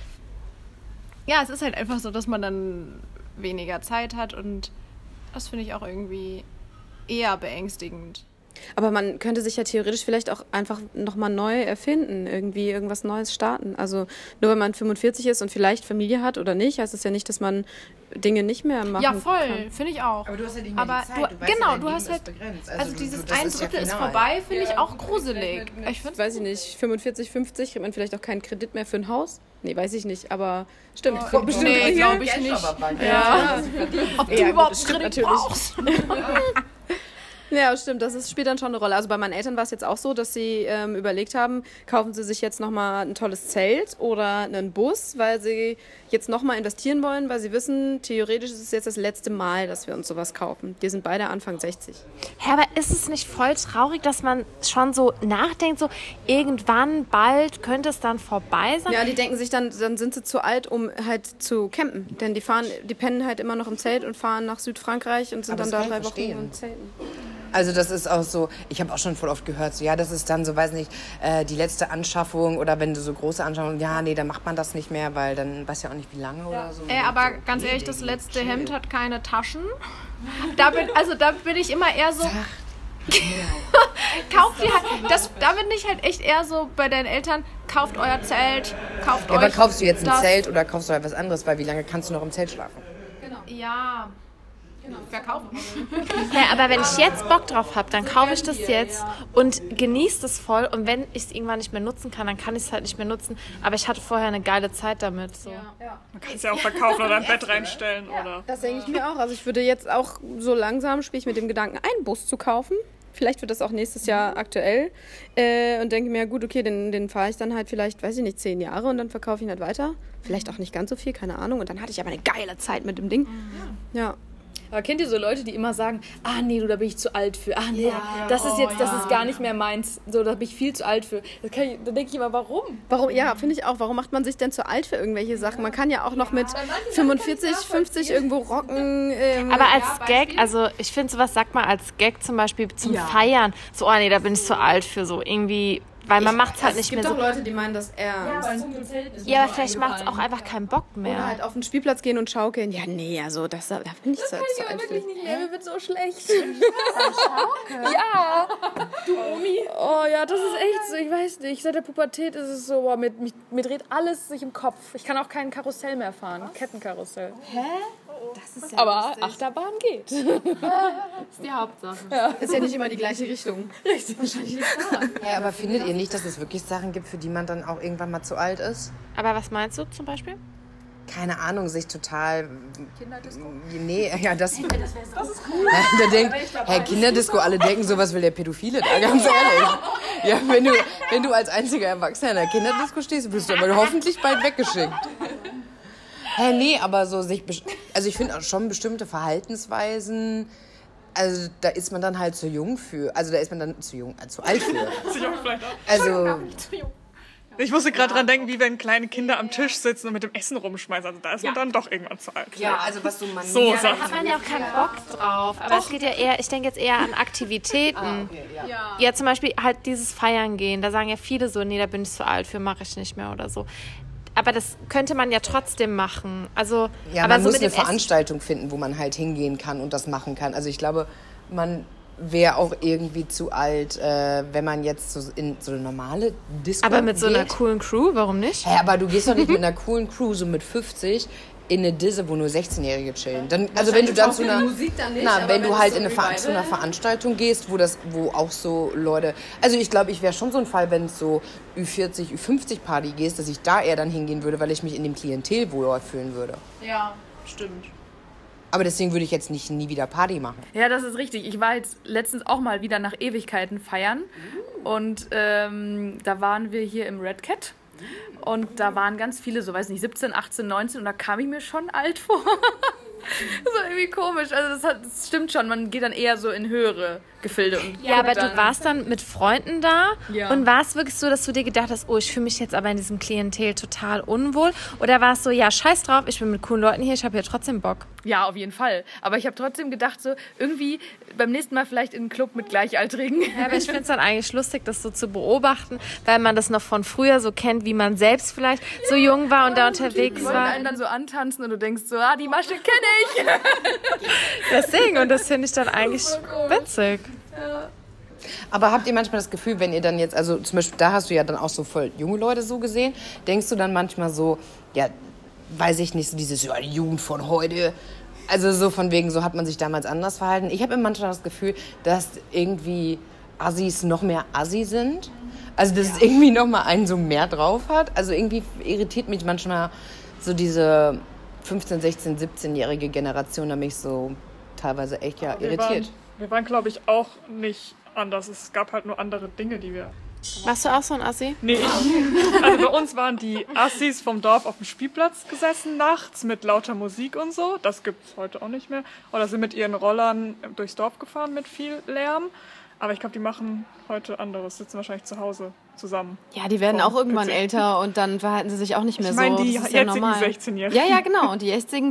es ist halt einfach so, dass man dann weniger Zeit hat und das finde ich auch irgendwie eher beängstigend.
Aber man könnte sich ja theoretisch vielleicht auch einfach nochmal neu erfinden, irgendwie irgendwas Neues starten. Also nur wenn man 45 ist und vielleicht Familie hat oder nicht, heißt es ja nicht, dass man Dinge nicht mehr machen kann.
Ja, voll, finde ich auch.
Aber du hast ja nicht mehr die Zeit.
Du hast halt begrenzt. Also dieses ein Drittel ist vorbei, finde ich auch gruselig.
Weiß ich nicht, 45, 50 kriegt man vielleicht auch keinen Kredit mehr für ein Haus? Nee, weiß ich nicht, aber stimmt.
Nee, glaube ich nicht. Ja. Ob du überhaupt Kredit brauchst.
Ja, stimmt, spielt dann schon eine Rolle. Also bei meinen Eltern war es jetzt auch so, dass sie überlegt haben, kaufen sie sich jetzt nochmal ein tolles Zelt oder einen Bus, weil sie jetzt nochmal investieren wollen, weil sie wissen, theoretisch ist es jetzt das letzte Mal, dass wir uns sowas kaufen. Die sind beide Anfang 60.
Ja, aber ist es nicht voll traurig, dass man schon so nachdenkt, so irgendwann, bald könnte es dann vorbei sein?
Ja, die denken sich dann sind sie zu alt, um halt zu campen. Denn die pennen halt immer noch im Zelt und fahren nach Südfrankreich und sind dann da 3 Wochen im Zelten.
Also das ist auch so, ich habe auch schon voll oft gehört, so das ist dann so, weiß nicht, die letzte Anschaffung oder wenn du so große Anschaffungen, dann macht man das nicht mehr, weil dann weiß ja auch nicht, wie lange oder so.
Aber ganz ehrlich, das letzte Hemd hat keine Taschen. Da bin ich immer eher so... Kauf dir halt, da bin ich halt echt eher so bei deinen Eltern,
kauft euer Zelt, kauft euch...
Aber kaufst du jetzt ein
das.
Zelt oder kaufst du etwas anderes? Weil wie lange kannst du noch im Zelt schlafen?
Ja, verkaufen.
Ja, aber wenn ich jetzt Bock drauf habe, dann kaufe ich das jetzt und genieße das voll. Und wenn ich es irgendwann nicht mehr nutzen kann, dann kann ich es halt nicht mehr nutzen. Aber ich hatte vorher eine geile Zeit damit. So.
Man kann es ja auch verkaufen oder ein Bett reinstellen. Oder
Das denke ich mir auch. Also ich würde jetzt auch so langsam, spiele ich mit dem Gedanken, einen Bus zu kaufen. Vielleicht wird das auch nächstes Jahr aktuell. Und denke mir, gut, okay, den fahre ich dann halt vielleicht, weiß ich nicht, 10 Jahre und dann verkaufe ich ihn halt weiter. Vielleicht auch nicht ganz so viel, keine Ahnung. Und dann hatte ich aber eine geile Zeit mit dem Ding. Ja.
Aber kennt ihr so Leute, die immer sagen, ah nee, da bin ich zu alt für. Ah nee, das ist gar nicht mehr meins. So, da bin ich viel zu alt für. Da denke ich immer, warum?
Warum? Ja, finde ich auch. Warum macht man sich denn zu alt für irgendwelche Sachen? Man kann ja auch noch mit 45, 50 irgendwo rocken.
Aber als Gag, also ich finde sowas, sagt mal als Gag zum Beispiel zum Feiern. So, oh nee, da bin ich zu alt für so irgendwie. Weil man macht es halt nicht mehr so.
Es gibt auch Leute, die meinen das ernst.
Ja, aber vielleicht macht es auch einfach keinen Bock mehr.
Oder halt auf den Spielplatz gehen und schaukeln. Ja, nee, also da bin ich so alt für.
Nicht mehr, mir wird so schlecht. Ja. Du Omi. Oh ja, das ist echt so, ich weiß nicht. Seit der Pubertät ist es so, boah, mir dreht alles sich im Kopf. Ich kann auch kein Karussell mehr fahren. Kettenkarussell.
Hä? Das ist ja
Aber
lustig.
Achterbahn geht.
Das ist die Hauptsache.
Ist ja nicht immer die gleiche Richtung.
Ja, aber findet ihr nicht, dass es wirklich Sachen gibt, für die man dann auch irgendwann mal zu alt ist?
Aber was meinst du zum Beispiel?
Keine Ahnung, sich total... Kinderdisco? Nee, ja, das ist cool. Ja, da denkt, Kinderdisco, alle denken, sowas will der Pädophile da, ganz ehrlich. Ja, wenn du als einziger Erwachsener in der Kinderdisco stehst, wirst du aber hoffentlich bald weggeschickt. Nee, aber so also ich finde auch schon bestimmte Verhaltensweisen, also da ist man dann halt zu jung für, also da ist man dann zu alt für.
Zu jung vielleicht auch.
Also
Ich musste gerade dran denken, wie wenn kleine Kinder am Tisch sitzen und mit dem Essen rumschmeißen. Also da ist man dann doch irgendwann zu alt.
ja, also was so man
So
Da
Sachen.
hat man ja auch keinen Bock drauf. Aber es geht ja eher, ich denke jetzt eher an Aktivitäten. Ja, zum Beispiel halt dieses Feiern gehen. Da sagen ja viele so, nee, da bin ich zu alt für, mache ich nicht mehr oder so. Aber das könnte man ja trotzdem machen. Also,
ja,
aber
man
so
muss
mit
eine
dem
Veranstaltung finden, wo man halt hingehen kann und das machen kann. Also ich glaube, man wäre auch irgendwie zu alt, wenn man jetzt so in so eine normale Disco
Aber mit so einer
geht.
coolen Crew, warum nicht?
Ja, aber du gehst doch nicht mit einer coolen Crew so mit 50 in eine Disse, wo nur 16-Jährige chillen. Dann, also wenn du dann zu einer, wenn du halt zu einer Veranstaltung gehst, wo auch so Leute, also ich glaube, ich wäre schon so ein Fall, wenn es so Ü40, Ü50 Party gehst, dass ich da eher dann hingehen würde, weil ich mich in dem Klientel wohler fühlen würde.
Ja, stimmt.
Aber deswegen würde ich jetzt nicht nie wieder Party machen.
Ja, das ist richtig. Ich war jetzt letztens auch mal wieder nach Ewigkeiten feiern. Und da waren wir hier im Red Cat. Und da waren ganz viele, so weiß nicht, 17, 18, 19. Und da kam ich mir schon alt vor. Das war irgendwie komisch. Also das stimmt schon, man geht dann eher so in höhere Gefilde. Und
Ja, aber du warst dann mit Freunden da
Ja.
und war es wirklich so, dass du dir gedacht hast, oh, ich fühle mich jetzt aber in diesem Klientel total unwohl? Oder war es so, ja, scheiß drauf, ich bin mit coolen Leuten hier, ich habe hier trotzdem Bock?
Ja, auf jeden Fall. Aber ich habe trotzdem gedacht, so irgendwie beim nächsten Mal vielleicht in einen Club mit Gleichaltrigen.
Ja, aber ich finde es dann eigentlich lustig, das so zu beobachten, weil man das noch von früher so kennt, wie man selbst vielleicht so jung war und da unterwegs
Die wollen
war.
einen dann so antanzen und du denkst so, ah, die Masche kenne ich.
Deswegen, und das finde ich dann eigentlich witzig.
Aber habt ihr manchmal das Gefühl, wenn ihr dann jetzt, also zum Beispiel, da hast du ja dann auch so voll junge Leute so gesehen, denkst du dann manchmal so, ja, weiß ich nicht, so dieses, ja, die Jugend von heute, also so von wegen, so hat man sich damals anders verhalten. Ich habe manchmal das Gefühl, dass irgendwie Assis noch mehr Assi sind. Also, dass es irgendwie noch mal einen so mehr drauf hat. Also irgendwie irritiert mich manchmal so diese 15-, 16-, 17-jährige Generation, da mich so teilweise echt irritiert.
Wir waren, glaube ich, auch nicht anders. Es gab halt nur andere Dinge, die wir...
Warst du auch so ein Assi?
Nee, also bei uns waren die Assis vom Dorf auf dem Spielplatz gesessen nachts mit lauter Musik und so. Das gibt's heute auch nicht mehr. Oder sind mit ihren Rollern durchs Dorf gefahren mit viel Lärm. Aber ich glaube, die machen heute anderes, sitzen wahrscheinlich zu Hause zusammen.
Ja, die werden
Vom
auch irgendwann
PC.
älter und dann verhalten sie sich auch nicht mehr
Ich meine,
so.
die
Das ist ja
jetzigen
normal.
16-Jährigen.
Ja, genau. Und die jetzigen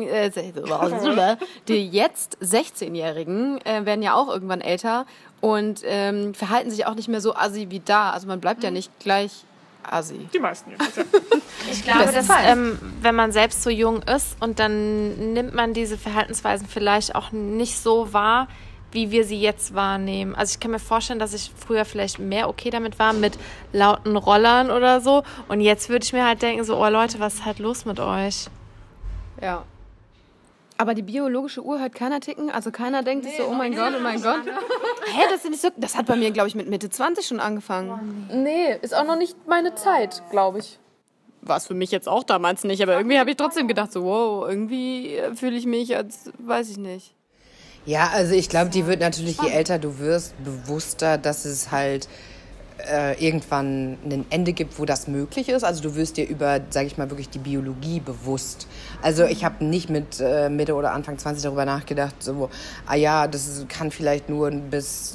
16-Jährigen werden ja auch irgendwann älter und verhalten sich auch nicht mehr so assi wie da. Also man bleibt ja nicht gleich assi.
Die meisten jedenfalls, ja.
Ich glaube, dass wenn man selbst so jung ist und dann nimmt man diese Verhaltensweisen vielleicht auch nicht so wahr, wie wir sie jetzt wahrnehmen. Also ich kann mir vorstellen, dass ich früher vielleicht mehr okay damit war mit lauten Rollern oder so. Und jetzt würde ich mir halt denken, so, oh Leute, was ist halt los mit euch?
Ja. Aber die biologische Uhr hört keiner ticken? Also keiner denkt sich so, oh mein Gott, oh mein Gott. Hä, das ist nicht so... Das hat bei mir, glaube ich, mit Mitte 20 schon angefangen.
Nee, ist auch noch nicht meine Zeit, glaube ich.
War es für mich jetzt auch damals nicht, aber irgendwie habe ich trotzdem gedacht, so, wow, irgendwie fühle ich mich als, weiß ich nicht.
Ja, also ich glaube, die wird natürlich, je älter du wirst, bewusster, dass es halt irgendwann ein Ende gibt, wo das möglich ist. Also du wirst dir über, sage ich mal, wirklich die Biologie bewusst. Also ich habe nicht mit Mitte oder Anfang 20 darüber nachgedacht, so, das kann vielleicht nur bis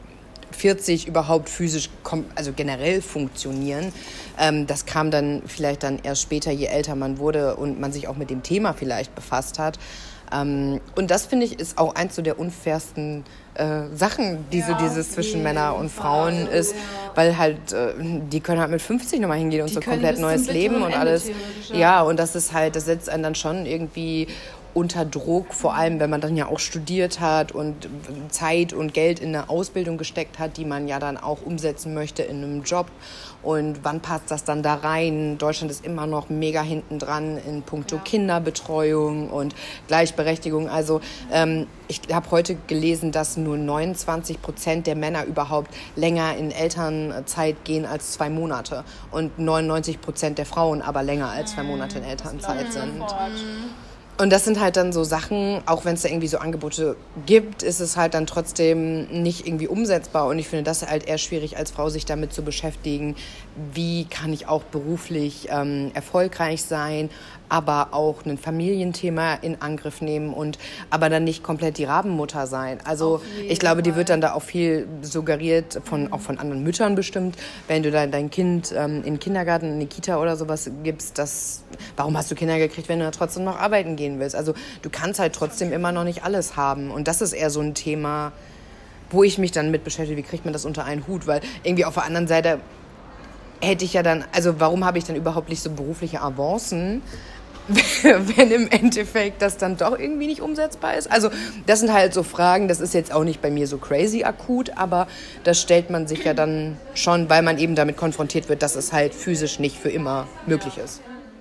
40 überhaupt physisch, also generell funktionieren. Das kam dann vielleicht dann erst später, je älter man wurde und man sich auch mit dem Thema vielleicht befasst hat. Und das, finde ich, ist auch eins so der unfairsten Sachen, dieses zwischen Männern und Frauen ist, weil halt, die können halt mit 50 nochmal hingehen und so komplett neues Leben und alles. Ja, und das ist halt, das setzt einen dann schon irgendwie unter Druck, vor allem wenn man dann ja auch studiert hat und Zeit und Geld in eine Ausbildung gesteckt hat, die man ja dann auch umsetzen möchte in einem Job. Und wann passt das dann da rein? Deutschland ist immer noch mega hinten dran in puncto Kinderbetreuung und Gleichberechtigung. Also ich habe heute gelesen, dass nur 29% der Männer überhaupt länger in Elternzeit gehen als 2 Monate und 99% der Frauen aber länger als 2 Monate in Elternzeit sind. Und das sind halt dann so Sachen, auch wenn es da irgendwie so Angebote gibt, ist es halt dann trotzdem nicht irgendwie umsetzbar. Und ich finde das halt eher schwierig, als Frau sich damit zu beschäftigen, wie kann ich auch beruflich erfolgreich sein, aber auch ein Familienthema in Angriff nehmen und aber dann nicht komplett die Rabenmutter sein. Also ich glaube, die wird dann da auch viel suggeriert, auch von anderen Müttern bestimmt, wenn du dann dein Kind in den Kindergarten, in die Kita oder sowas gibst, warum hast du Kinder gekriegt, wenn du da trotzdem noch arbeiten gehen willst? Also du kannst halt trotzdem immer noch nicht alles haben. Und das ist eher so ein Thema, wo ich mich dann mit beschäftige, wie kriegt man das unter einen Hut? Weil irgendwie auf der anderen Seite hätte ich ja dann, also warum habe ich dann überhaupt nicht so berufliche Avancen, wenn im Endeffekt das dann doch irgendwie nicht umsetzbar ist? Also das sind halt so Fragen, das ist jetzt auch nicht bei mir so crazy akut, aber das stellt man sich ja dann schon, weil man eben damit konfrontiert wird, dass es halt physisch nicht für immer möglich ist.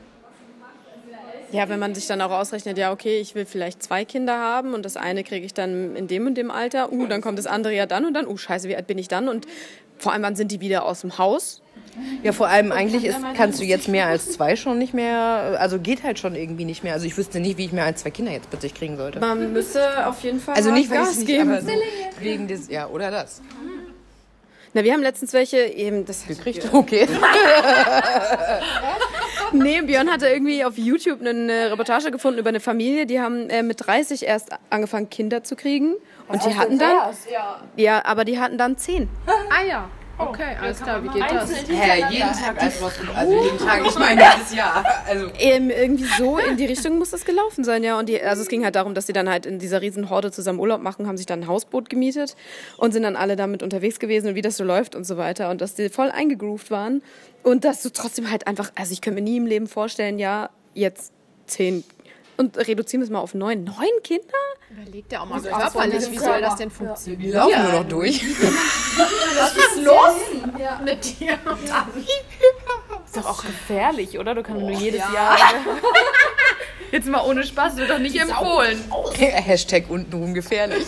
Ja, wenn man sich dann auch ausrechnet, ja okay, ich will vielleicht 2 Kinder haben und das eine kriege ich dann in dem und dem Alter, dann kommt das andere ja dann und dann, scheiße, wie alt bin ich dann? Und vor allem, wann sind die wieder aus dem Haus? Ja, vor allem eigentlich kannst du jetzt mehr als 2 schon nicht mehr, also geht halt schon irgendwie nicht mehr. Also ich wüsste nicht, wie ich mehr als 2 Kinder jetzt plötzlich kriegen sollte. Man müsste auf jeden Fall
also nicht,
Gas geben.
Aber so wegen des, ja, oder das.
Na, wir haben letztens welche eben das
gekriegt. Okay.
Nee, Björn hatte irgendwie auf YouTube eine Reportage gefunden über eine Familie, die haben mit 30 erst angefangen, Kinder zu kriegen. Und die hatten dann, aber die hatten dann 10.
Ah ja. Okay, alles klar, wie geht das?
Jeden Tag, also jeden Tag, ich meine jedes Jahr. Also.
Irgendwie so in die Richtung muss das gelaufen sein, ja. Und also es ging halt darum, dass die dann halt in dieser riesen Horde zusammen Urlaub machen, haben sich dann ein Hausboot gemietet und sind dann alle damit unterwegs gewesen und wie das so läuft und so weiter. Und dass die voll eingegroovt waren und dass du trotzdem halt einfach, also ich könnte mir nie im Leben vorstellen, ja, jetzt 10 und reduzieren wir es mal auf 9. 9 Kinder?
Überleg dir auch mal körperlich, wie soll das denn funktionieren?
Die laufen nur noch durch.
Was ist los mit dir?
Ist doch auch gefährlich, oder? Du kannst nur jedes Jahr... Jetzt mal ohne Spaß, wird doch nicht empfohlen.
Hashtag untenrum gefährlich.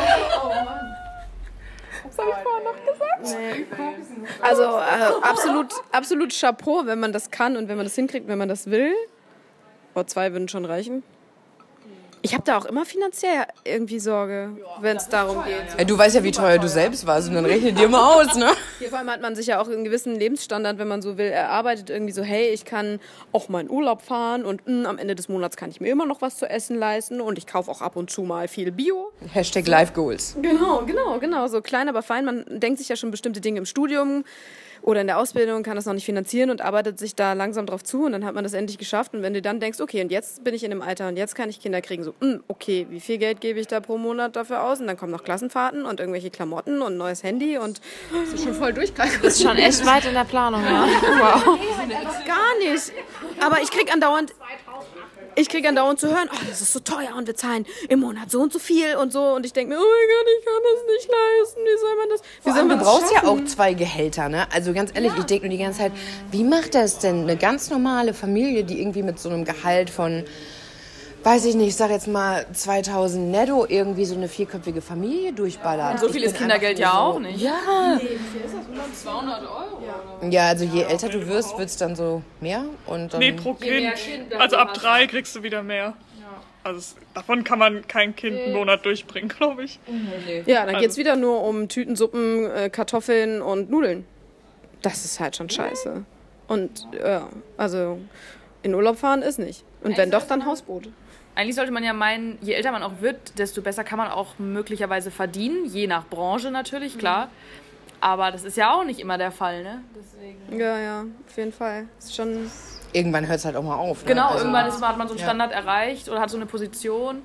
Was habe ich vorher noch gesagt? Nee. Also absolut Chapeau, wenn man das kann und wenn man das hinkriegt, wenn man das will. 2 würden schon reichen. Ich habe da auch immer finanziell irgendwie Sorge, wenn es darum geht.
Du weißt ja, wie teuer du selbst warst und dann rechne dir mal aus, ne?
Hier vor allem hat man sich ja auch einen gewissen Lebensstandard, wenn man so will, erarbeitet. Irgendwie so, hey, ich kann auch mal in Urlaub fahren und am Ende des Monats kann ich mir immer noch was zu essen leisten und ich kaufe auch ab und zu mal viel Bio.
Hashtag Life Goals.
Genau. So klein, aber fein. Man denkt sich ja schon bestimmte Dinge im Studium oder in der Ausbildung, kann das noch nicht finanzieren und arbeitet sich da langsam drauf zu und dann hat man das endlich geschafft. Und wenn du dann denkst, okay, und jetzt bin ich in dem Alter und jetzt kann ich Kinder kriegen, so, okay, wie viel Geld gebe ich da pro Monat dafür aus? Und dann kommen noch Klassenfahrten und irgendwelche Klamotten und ein neues Handy und
das ist schon voll durchkalkuliert.
Das ist schon echt weit in der Planung, ja.
Wow. Gar nicht. Aber ich krieg andauernd... ich kriege andauernd zu hören, das ist so teuer und wir zahlen im Monat so und so viel und so. Und ich denke mir, oh mein Gott, ich kann das nicht leisten. Wie soll man das
Du brauchst ja auch 2 Gehälter, ne? Also ganz ehrlich, ich denke nur die ganze Zeit, wie macht das denn eine ganz normale Familie, die irgendwie mit so einem Gehalt von, weiß ich nicht, ich sag jetzt mal 2000 netto irgendwie so eine 4-köpfige Familie durchballert.
Und so viel ist Kindergeld ja auch nicht.
Ja.
Nee, wie viel ist das? 200 €?
Ja, also je älter du wirst, wird es dann so mehr. Und dann
pro Kind. Also ab 3 kriegst du wieder mehr. Also davon kann man kein Kind einen Monat durchbringen, glaube ich.
Ja, dann geht's wieder nur um Tütensuppen, Kartoffeln und Nudeln. Das ist halt schon scheiße. Und also in Urlaub fahren ist nicht. Und wenn doch, dann Hausboot.
Eigentlich sollte man ja meinen, je älter man auch wird, desto besser kann man auch möglicherweise verdienen. Je nach Branche natürlich, klar. Aber das ist ja auch nicht immer der Fall, ne? Deswegen.
Ja, auf jeden Fall. Ist schon...
Irgendwann hört es halt auch mal auf. Ne?
Genau, also, irgendwann hat man so einen Standard erreicht oder hat so eine Position.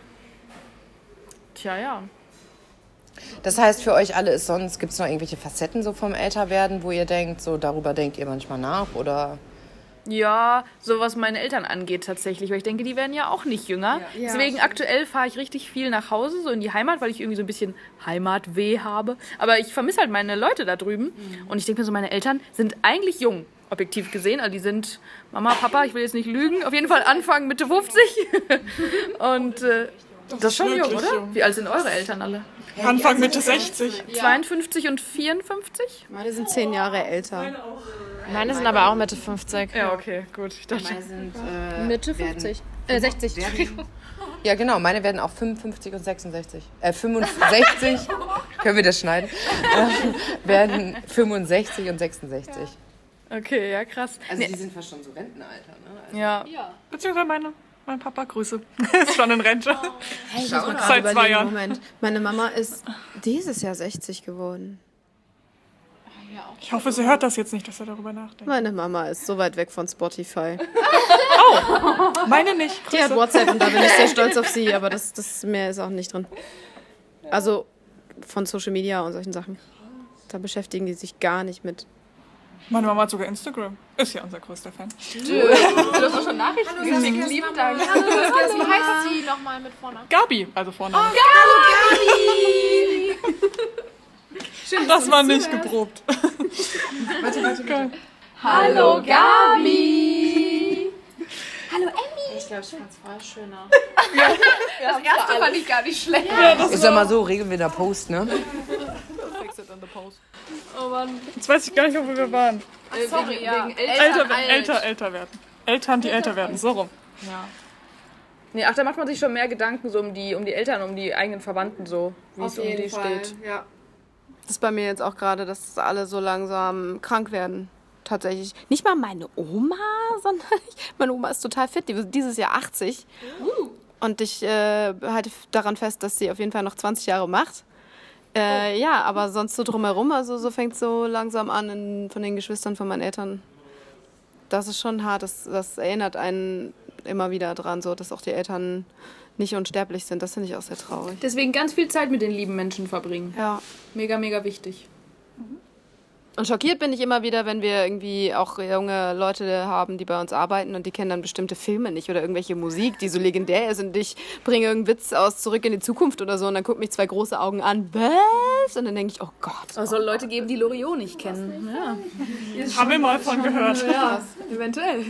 Tja, ja.
Das heißt, für euch alle ist sonst, gibt es noch irgendwelche Facetten so vom Älterwerden, wo ihr denkt, so darüber denkt ihr manchmal nach oder...
Ja, so was meine Eltern angeht tatsächlich, weil ich denke, die werden ja auch nicht jünger. Ja. Deswegen aktuell fahre ich richtig viel nach Hause, so in die Heimat, weil ich irgendwie so ein bisschen Heimatweh habe. Aber ich vermisse halt meine Leute da drüben. Und ich denke mir so, meine Eltern sind eigentlich jung, objektiv gesehen. Also die sind Mama, Papa, ich will jetzt nicht lügen, auf jeden Fall Anfang, Mitte 50. Und das ist schon jung, oder? Jung. Wie alt sind eure Eltern alle?
Anfang, Mitte 60.
52 und 54?
Meine sind 10 Jahre älter.
Meine sind aber auch Mitte 50.
Ja, okay, gut. Ich dachte,
meine sind
Mitte 50. 60.
Ja, genau. Meine werden auch 55 und 66. 65. Können wir das schneiden? Werden 65 und 66.
Okay, ja, krass.
Also die sind fast schon so Rentenalter, ne? Also
ja.
Beziehungsweise mein Papa, Grüße. Ist schon in Rente.
Hey,
seit 2 Jahren.
Moment. Meine Mama ist dieses Jahr 60 geworden.
Ich hoffe, sie hört das jetzt nicht, dass er darüber nachdenkt.
Meine Mama ist so weit weg von Spotify.
Oh, meine nicht. Grüße.
Die hat WhatsApp und da bin ich sehr stolz auf sie, aber das mehr ist auch nicht drin. Also von Social Media und solchen Sachen. Da beschäftigen die sich gar nicht mit.
Meine Mama hat sogar Instagram. Ist ja unser größter Fan.
Du hast auch schon Nachrichten geschickt. Lieben Dank.
Wie heißt sie nochmal mit Vornamen?
Gabi, also Vorname.
Oh, Gabi!
Schön, das war nicht geprobt.
Warte.
Hallo Gabi! Hallo Emmy!
Ich glaube, ich fand es voll schöner.
Das erste fand ich gar nicht schlecht.
Ich sag mal so, regeln wir da Post, ne?
Oh Mann. Jetzt weiß ich gar nicht, wo wir waren.
Sorry, wegen
Älter werden. Eltern, die älter werden, so rum.
Ja. Nee, da macht man sich schon mehr Gedanken so um die Eltern, um die eigenen Verwandten, so wie es um die steht.
Ja. Das ist bei mir jetzt auch gerade, dass alle so langsam krank werden. Tatsächlich. Nicht mal meine Oma, sondern meine Oma ist total fit. Die wird dieses Jahr 80. Und ich halte daran fest, dass sie auf jeden Fall noch 20 Jahre macht. Ja, aber sonst so drumherum, also so fängt es so langsam an von den Geschwistern von meinen Eltern. Das ist schon hart, das erinnert einen immer wieder dran, so, dass auch die Eltern nicht unsterblich sind. Das finde ich auch sehr traurig.
Deswegen ganz viel Zeit mit den lieben Menschen verbringen.
Ja.
Mega, mega wichtig.
Und schockiert bin ich immer wieder, wenn wir irgendwie auch junge Leute haben, die bei uns arbeiten und die kennen dann bestimmte Filme nicht oder irgendwelche Musik, die so legendär ist und ich bringe irgendeinen Witz aus Zurück in die Zukunft oder so und dann gucken mich 2 große Augen an. Was? Und dann denke ich, oh Gott.
Es soll Leute geben, die Loriot nicht kennen. Ja.
Haben wir mal von gehört.
Ja, eventuell.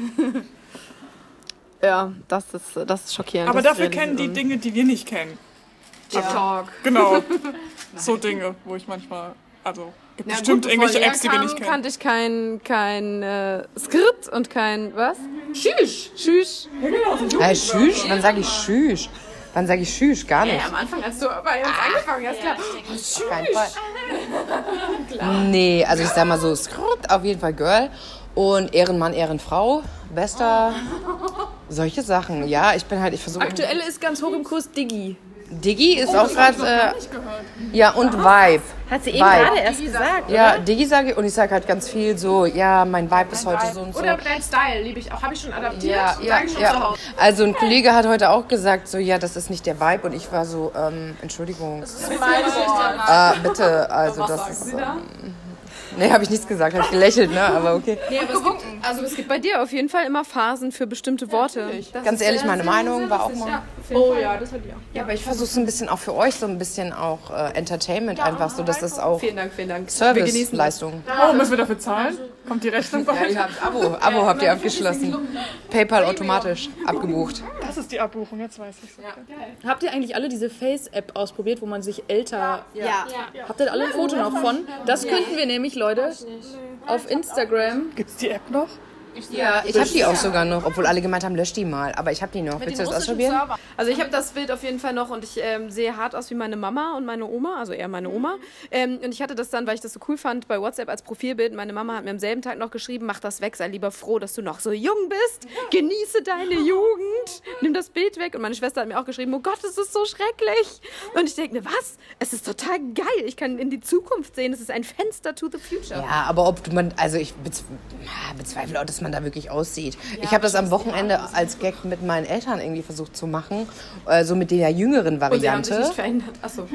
Ja, das ist schockierend.
Aber dafür kennen die Dinge, die wir nicht kennen.
TikTok.
Genau. So Dinge, wo ich manchmal, gibt bestimmt irgendwelche Apps, die wir nicht kennen.
Kannte ich kein Skript und kein, was? Schüsch.
Schüsch? Wann sage ich Schüsch? Wann sage ich Schüsch? Gar nicht.
Ja, am Anfang, als du bei uns angefangen hast, klar.
Auf keinen Fall. Nee, also ich sag mal so, Skript, auf jeden Fall Girl. Und Ehrenmann, Ehrenfrau, Bester, solche Sachen. Ja, ich versuche...
Aktuell ist ganz hoch im Kurs Diggi.
Diggi ist auch gerade... ja, und Vibe.
Hat sie eben gerade erst gesagt,
Ja,
oder?
Diggi sage ich und ich sage halt ganz viel so, ja, mein Vibe ist heute so und so.
Oder dein Style, liebe ich auch. Habe ich schon adaptiert.
Ja. Also ein Kollege hat heute auch gesagt, so, ja, das ist nicht der Vibe. Und ich war so, Entschuldigung.
Das ist mein Wort.
Bitte, also das ist... Nee, habe ich nichts gesagt, habe ich gelächelt, ne? Aber okay.
Nee, aber es gibt bei dir auf jeden Fall immer Phasen für bestimmte Worte.
Ganz ehrlich, meine Meinung war auch mal...
Oh ja, das hat die auch.
Ja, aber ich versuche es ein bisschen auch für euch, so ein bisschen auch Entertainment einfach, so dass das auch
Vielen Dank.
Serviceleistung.
Oh, müssen wir dafür zahlen? Kommt die Rechnung
Ja,
bald?
ihr habt Abo habt ihr abgeschlossen. PayPal automatisch abgebucht.
Das ist die Abbuchung, jetzt weiß ich es.
Habt ihr eigentlich alle diese Face-App ausprobiert, wo man sich älter... Ja. Habt ihr alle ein Foto noch von? Das könnten wir nämlich, Leute, auf Instagram...
Gibt's die App noch?
Ja, ich habe die auch sogar noch, obwohl alle gemeint haben, löscht die mal. Aber ich habe die noch. Willst du das ausprobieren?
Also ich habe das Bild auf jeden Fall noch und ich sehe hart aus wie meine Mama und meine Oma, also eher meine Oma. Und ich hatte das dann, weil ich das so cool fand, bei WhatsApp als Profilbild. Meine Mama hat mir am selben Tag noch geschrieben, mach das weg, sei lieber froh, dass du noch so jung bist. Genieße deine Jugend. Nimm das Bild weg. Und meine Schwester hat mir auch geschrieben, oh Gott, es ist so schrecklich. Und ich denke mir, was? Es ist total geil. Ich kann in die Zukunft sehen. Es ist ein Fenster to the future.
Ja, aber ich bezweifle auch, dass man da wirklich aussieht. Ich habe das am Wochenende als Gag mit meinen Eltern irgendwie versucht zu machen, so mit der jüngeren
Und sie haben sich
Variante.
nicht verändert. Achso.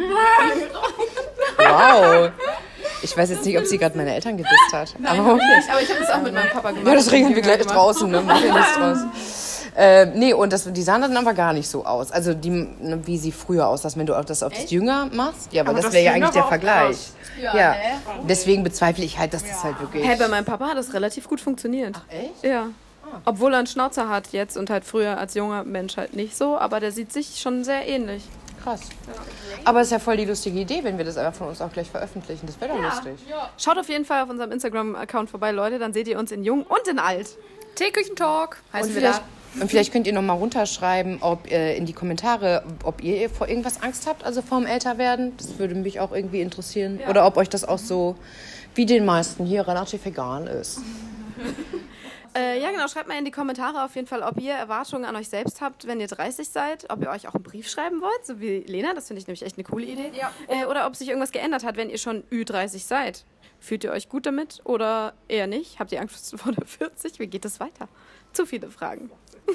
Wow. Ich weiß jetzt nicht, ob sie gerade meine Eltern gedisst hat. Aber okay.
Aber ich habe das auch mit meinem Papa gemacht.
Ja, das regeln wir gleich draußen, ne? Mach dir nichts draus. Nee, und die sahen dann aber gar nicht so aus. Also wie sie früher aussah, wenn du das auf das Jünger machst. Ja, aber das wäre ja eigentlich der Vergleich. Ja. Deswegen bezweifle ich halt, dass das halt wirklich...
Hey, bei meinem Papa hat das relativ gut funktioniert.
Ach, echt?
Ja. Obwohl er einen Schnauzer hat jetzt und halt früher als junger Mensch halt nicht so, aber der sieht sich schon sehr ähnlich.
Krass. Aber es ist ja voll die lustige Idee, wenn wir das einfach von uns auch gleich veröffentlichen. Das wäre doch lustig.
Schaut auf jeden Fall auf unserem Instagram-Account vorbei, Leute, dann seht ihr uns in jung und in alt.
Teeküchentalk.
Heißen wir da.
Und vielleicht könnt ihr noch mal runterschreiben, ob in die Kommentare, ob ihr vor irgendwas Angst habt, also vorm Älterwerden. Das würde mich auch irgendwie interessieren. Ja. Oder ob euch das auch so, wie den meisten hier, relativ egal ist.
Ja, genau. Schreibt mal in die Kommentare auf jeden Fall, ob ihr Erwartungen an euch selbst habt, wenn ihr 30 seid. Ob ihr euch auch einen Brief schreiben wollt, so wie Lena. Das finde ich nämlich echt eine coole Idee. Ja. Oder ob sich irgendwas geändert hat, wenn ihr schon Ü30 seid. Fühlt ihr euch gut damit oder eher nicht? Habt ihr Angst vor der 40? Wie geht es weiter? Zu viele Fragen.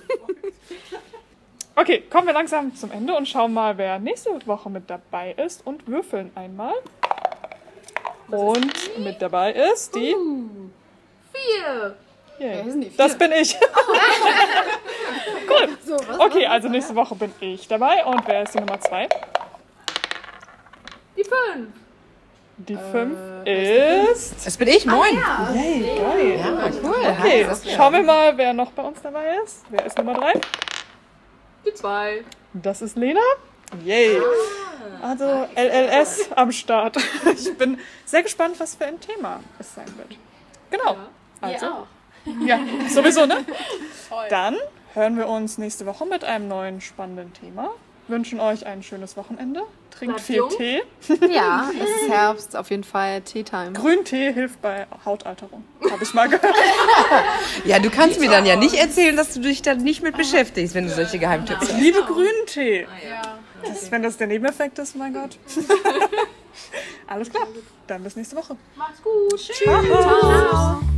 Okay, kommen wir langsam zum Ende und schauen mal, wer nächste Woche mit dabei ist und würfeln einmal. Und mit dabei ist die...
4.
Yeah. Das bin ich. Cool. Okay, also nächste Woche bin ich dabei. Und wer ist die Nummer 2?
Die 5.
Die 5 ist...
Das bin ich, moin.
Yay, geil.
Ja, cool.
Okay, schauen wir mal, wer noch bei uns dabei ist. Wer ist Nummer 3?
Die 2.
Das ist Lena. Yay. Also LLS am Start. Ich bin sehr gespannt, was für ein Thema es sein wird. Genau. Also, ja, sowieso, ne? Dann hören wir uns nächste Woche mit einem neuen spannenden Thema. Wünschen euch ein schönes Wochenende. Trinkt viel Tee.
Ja, es ist Herbst, auf jeden Fall Tea-Time.
Grüntee hilft bei Hautalterung. Habe ich mal gehört.
Ja, du kannst mir dann ja nicht erzählen, dass du dich dann nicht mit beschäftigst, wenn du solche Geheimtipps hast.
Ich liebe Grüntee. Wenn das der Nebeneffekt ist, mein Gott. Alles klar. Dann bis nächste Woche.
Macht's gut.
Tschüss. Ciao.